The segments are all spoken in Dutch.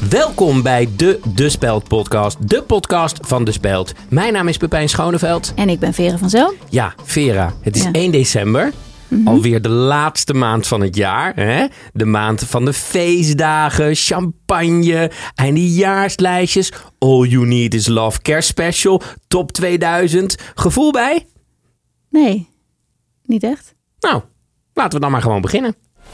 Welkom bij De Speld podcast, de podcast van De Speld. Mijn naam is Pepijn Schoneveld. En ik ben Vera van Zel. Ja, Vera, het is 1 december. Alweer de laatste maand van het jaar. Hè? De maand van de feestdagen, champagne, eindejaarslijstjes. All You Need Is Love kerstspecial, top 2000. Gevoel bij? Nee, niet echt. Nou, laten we dan maar gewoon beginnen.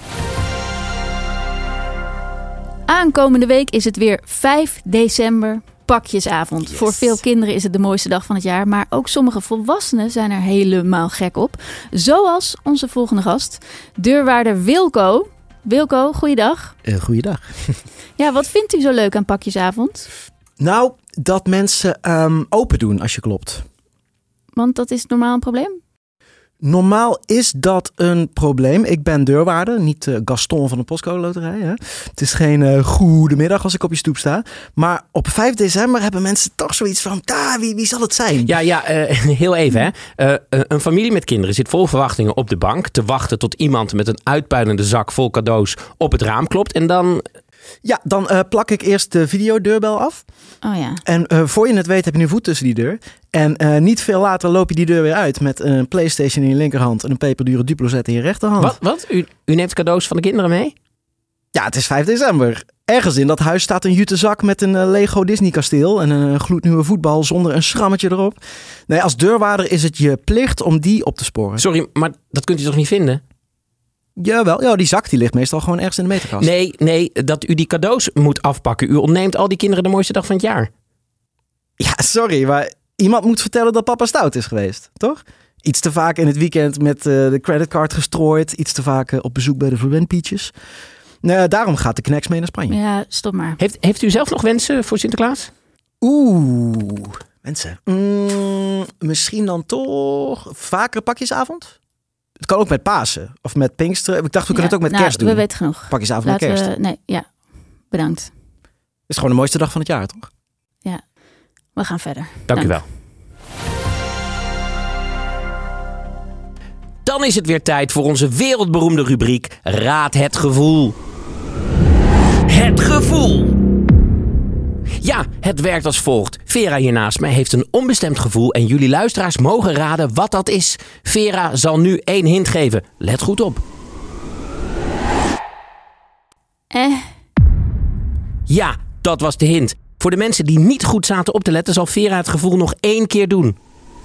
Aankomende week is het weer 5 december, pakjesavond. Yes. Voor veel kinderen is het de mooiste dag van het jaar. Maar ook sommige volwassenen zijn er helemaal gek op. Zoals onze volgende gast, deurwaarder Wilco. Wilco, goeiedag. Goeiedag. Ja, wat vindt u zo leuk aan pakjesavond? Nou, dat mensen open doen als je klopt. Want dat is normaal een probleem? Normaal is dat een probleem. Ik ben deurwaarder, niet Gaston van de postcode loterij. Hè? Het is geen goedemiddag als ik op je stoep sta. Maar op 5 december hebben mensen toch zoiets van, wie zal het zijn? Ja, heel even hè. Een familie met kinderen zit vol verwachtingen op de bank te wachten tot iemand met een uitpuilende zak vol cadeaus op het raam klopt. En dan... Ja, dan plak ik eerst de videodeurbel af. Oh ja. En voor je het weet heb je een voet tussen die deur. En niet veel later loop je die deur weer uit met een PlayStation in je linkerhand en een peperdure Duplozet in je rechterhand. Wat? U neemt cadeaus van de kinderen mee? Ja, het is 5 december. Ergens in dat huis staat een jute zak met een Lego Disney kasteel en een gloednieuwe voetbal zonder een schrammetje erop. Nee, als deurwaarder is het je plicht om die op te sporen. Sorry, maar dat kunt u toch niet vinden? Jawel, ja, die zak die ligt meestal gewoon ergens in de meterkast. Nee, dat u die cadeaus moet afpakken. U ontneemt al die kinderen de mooiste dag van het jaar. Ja, sorry, maar iemand moet vertellen dat papa stout is geweest, toch? Iets te vaak in het weekend met de creditcard gestrooid. Iets te vaak op bezoek bij de verwendpietjes. Daarom gaat de kneks mee naar Spanje. Ja, stop maar. Heeft u zelf nog wensen voor Sinterklaas? Mensen. Misschien dan toch vaker pakjesavond? Het kan ook met Pasen of met Pinksteren. Ik dacht, we kunnen het ook met kerst doen. We weten genoeg. Pakjesavond met kerst. Bedankt. Het is gewoon de mooiste dag van het jaar, toch? Ja, we gaan verder. Dank u wel. Dan is het weer tijd voor onze wereldberoemde rubriek Raad het gevoel. Het gevoel. Ja, het werkt als volgt. Vera hier naast mij heeft een onbestemd gevoel en jullie luisteraars mogen raden wat dat is. Vera zal nu 1 hint geven. Let goed op. Ja, dat was de hint. Voor de mensen die niet goed zaten op te letten zal Vera het gevoel nog 1 keer doen.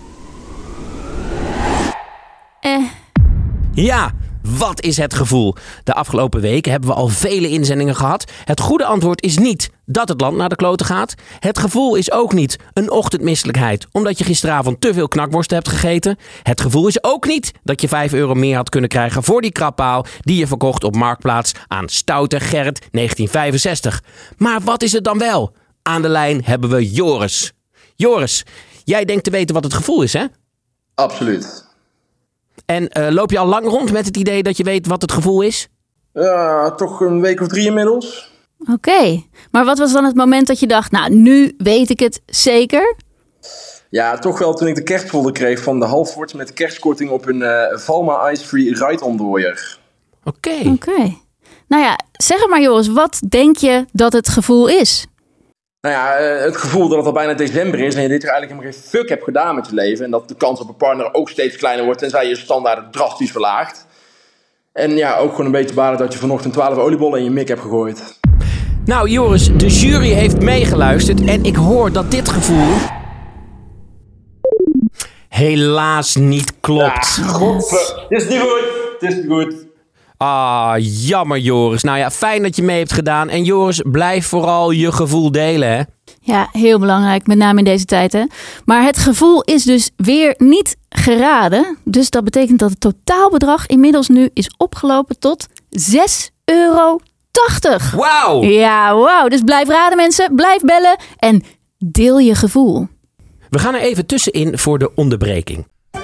Ja, wat is het gevoel? De afgelopen weken hebben we al vele inzendingen gehad. Het goede antwoord is niet dat het land naar de kloten gaat. Het gevoel is ook niet een ochtendmisselijkheid omdat je gisteravond te veel knakworsten hebt gegeten. Het gevoel is ook niet dat je €5 meer had kunnen krijgen voor die krabpaal die je verkocht op Marktplaats aan Stoute Gerrit 1965. Maar wat is het dan wel? Aan de lijn hebben we Joris. Joris, jij denkt te weten wat het gevoel is, hè? Absoluut. En loop je al lang rond met het idee dat je weet wat het gevoel is? Ja, toch een week of 3 inmiddels. Oké, maar wat was dan het moment dat je dacht, nou, nu weet ik het zeker? Ja, toch wel toen ik de kerstfolder kreeg van de Halfords met de kerstkorting op een Valma Ice Free Ride-on-dooier. Oké. Nou ja, zeg maar Joris, wat denk je dat het gevoel is? Nou ja, het gevoel dat het al bijna december is en je dit jaar eigenlijk helemaal geen fuck hebt gedaan met je leven. En dat de kans op een partner ook steeds kleiner wordt tenzij je standaarden drastisch verlaagt. En ja, ook gewoon een beetje balen dat je vanochtend 12 oliebollen in je mik hebt gegooid. Nou Joris, de jury heeft meegeluisterd en ik hoor dat dit gevoel helaas niet klopt. Ja, godver. Het is niet goed. Het is niet goed. Ah, jammer Joris. Nou ja, fijn dat je mee hebt gedaan. En Joris, blijf vooral je gevoel delen, hè? Ja, heel belangrijk, met name in deze tijd, hè. Maar het gevoel is dus weer niet geraden. Dus dat betekent dat het totaalbedrag inmiddels nu is opgelopen tot €6,80. Wauw! Ja, wauw. Dus blijf raden mensen, blijf bellen en deel je gevoel. We gaan er even tussenin voor de onderbreking.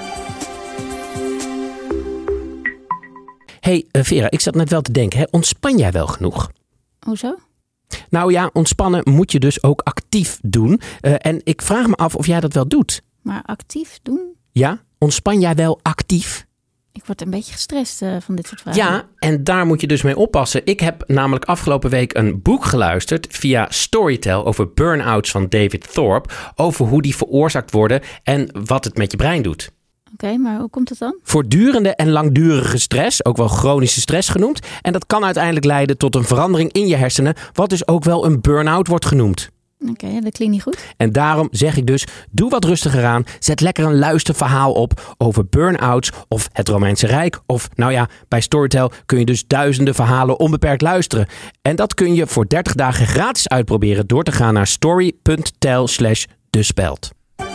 Hey Vera, ik zat net wel te denken, hè? Ontspan jij wel genoeg? Hoezo? Nou ja, ontspannen moet je dus ook actief doen. En ik vraag me af of jij dat wel doet. Maar actief doen? Ja? Ontspan jij wel actief? Ik word een beetje gestrest van dit soort vragen. Ja, en daar moet je dus mee oppassen. Ik heb namelijk afgelopen week een boek geluisterd via Storytel over burn-outs van David Thorpe. Over hoe die veroorzaakt worden en wat het met je brein doet. Oké, maar hoe komt het dan? Voortdurende en langdurige stress, ook wel chronische stress genoemd. En dat kan uiteindelijk leiden tot een verandering in je hersenen, wat dus ook wel een burn-out wordt genoemd. Oké, dat klinkt niet goed. En daarom zeg ik dus, doe wat rustiger aan. Zet lekker een luisterverhaal op over burn-outs of het Romeinse Rijk. Of nou ja, bij Storytel kun je dus duizenden verhalen onbeperkt luisteren. En dat kun je voor 30 dagen gratis uitproberen door te gaan naar story.tel/despeld.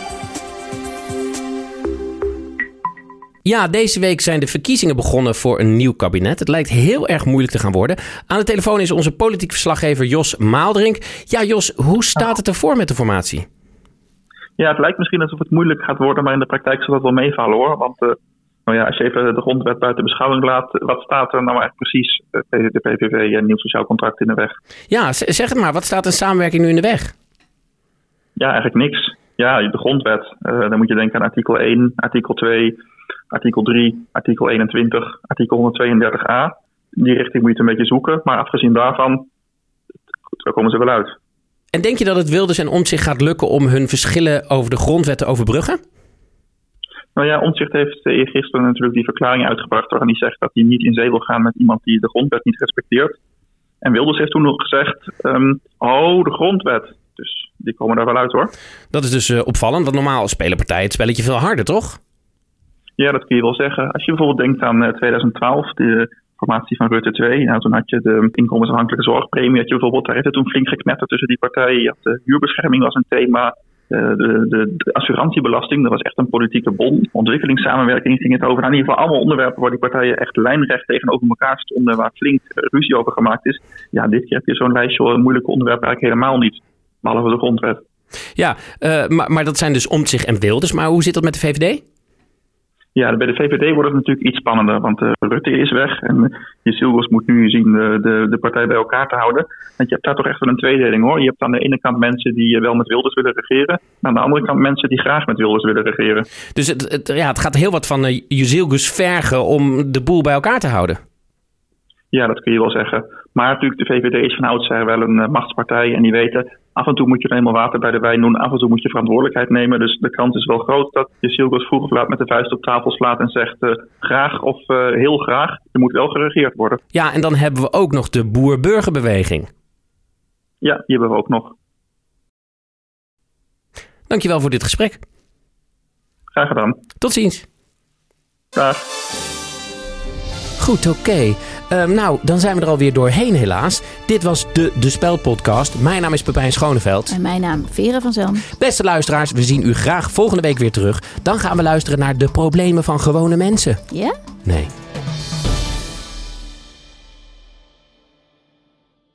Ja, deze week zijn de verkiezingen begonnen voor een nieuw kabinet. Het lijkt heel erg moeilijk te gaan worden. Aan de telefoon is onze politiek verslaggever Jos Maaldrink. Ja, Jos, hoe staat het ervoor met de formatie? Ja, het lijkt misschien alsof het moeilijk gaat worden, maar in de praktijk zal dat wel meevallen hoor. Want als je even de grondwet buiten beschouwing laat, wat staat er nou eigenlijk precies tegen de PVV en nieuw sociaal contract in de weg? Ja, zeg het maar. Wat staat een samenwerking nu in de weg? Ja, eigenlijk niks. Ja, de grondwet. Dan moet je denken aan artikel 1, artikel 2... artikel 3, artikel 21, artikel 132a. Die richting moet je een beetje zoeken. Maar afgezien daarvan, daar komen ze wel uit. En denk je dat het Wilders en Omtzigt gaat lukken om hun verschillen over de grondwet te overbruggen? Nou ja, Omtzigt heeft eergisteren natuurlijk die verklaring uitgebracht waarin hij zegt dat hij niet in zee wil gaan met iemand die de grondwet niet respecteert. En Wilders heeft toen nog gezegd, de grondwet. Dus die komen daar wel uit hoor. Dat is dus opvallend, want normaal spelen partijen het spelletje veel harder, toch? Ja, dat kun je wel zeggen. Als je bijvoorbeeld denkt aan 2012, de formatie van Rutte 2. Nou, toen had je de inkomensafhankelijke zorgpremie. Had je bijvoorbeeld, daar heeft het toen flink geknetterd tussen die partijen. Je had de huurbescherming was een thema. De assurantiebelasting, dat was echt een politieke bon. Ontwikkelingssamenwerking ging het over. Nou, in ieder geval allemaal onderwerpen waar die partijen echt lijnrecht tegenover elkaar stonden. Waar flink ruzie over gemaakt is. Ja, dit keer heb je zo'n lijstje moeilijke onderwerpen eigenlijk helemaal niet. Behalve de grondwet. Ja, maar dat zijn dus Omtzigt en Wilders. Maar hoe zit dat met de VVD? Ja, bij de VVD wordt het natuurlijk iets spannender, want Rutte is weg en Jezilgus moet nu zien de partij bij elkaar te houden. Want je hebt daar toch echt wel een tweedeling hoor. Je hebt aan de ene kant mensen die wel met Wilders willen regeren, en aan de andere kant mensen die graag met Wilders willen regeren. Dus het gaat heel wat van Jezilgus vergen om de boel bij elkaar te houden. Ja, dat kun je wel zeggen. Maar natuurlijk, de VVD is van oudsher wel een machtspartij en die weten, af en toe moet je er eenmaal water bij de wijn doen, af en toe moet je verantwoordelijkheid nemen. Dus de kans is wel groot dat Jezilgus vroeg of laat met de vuist op tafel slaat en zegt graag of heel graag, er moet wel geregeerd worden. Ja, en dan hebben we ook nog de boer-burgerbeweging. Ja, die hebben we ook nog. Dankjewel voor dit gesprek. Graag gedaan. Tot ziens. Dag. Goed, oké. Nou, dan zijn we er alweer doorheen helaas. Dit was de Speld-podcast. Mijn naam is Pepijn Schoneveld. En mijn naam Vera van Zelm. Beste luisteraars, we zien u graag volgende week weer terug. Dan gaan we luisteren naar de problemen van gewone mensen. Ja? Nee.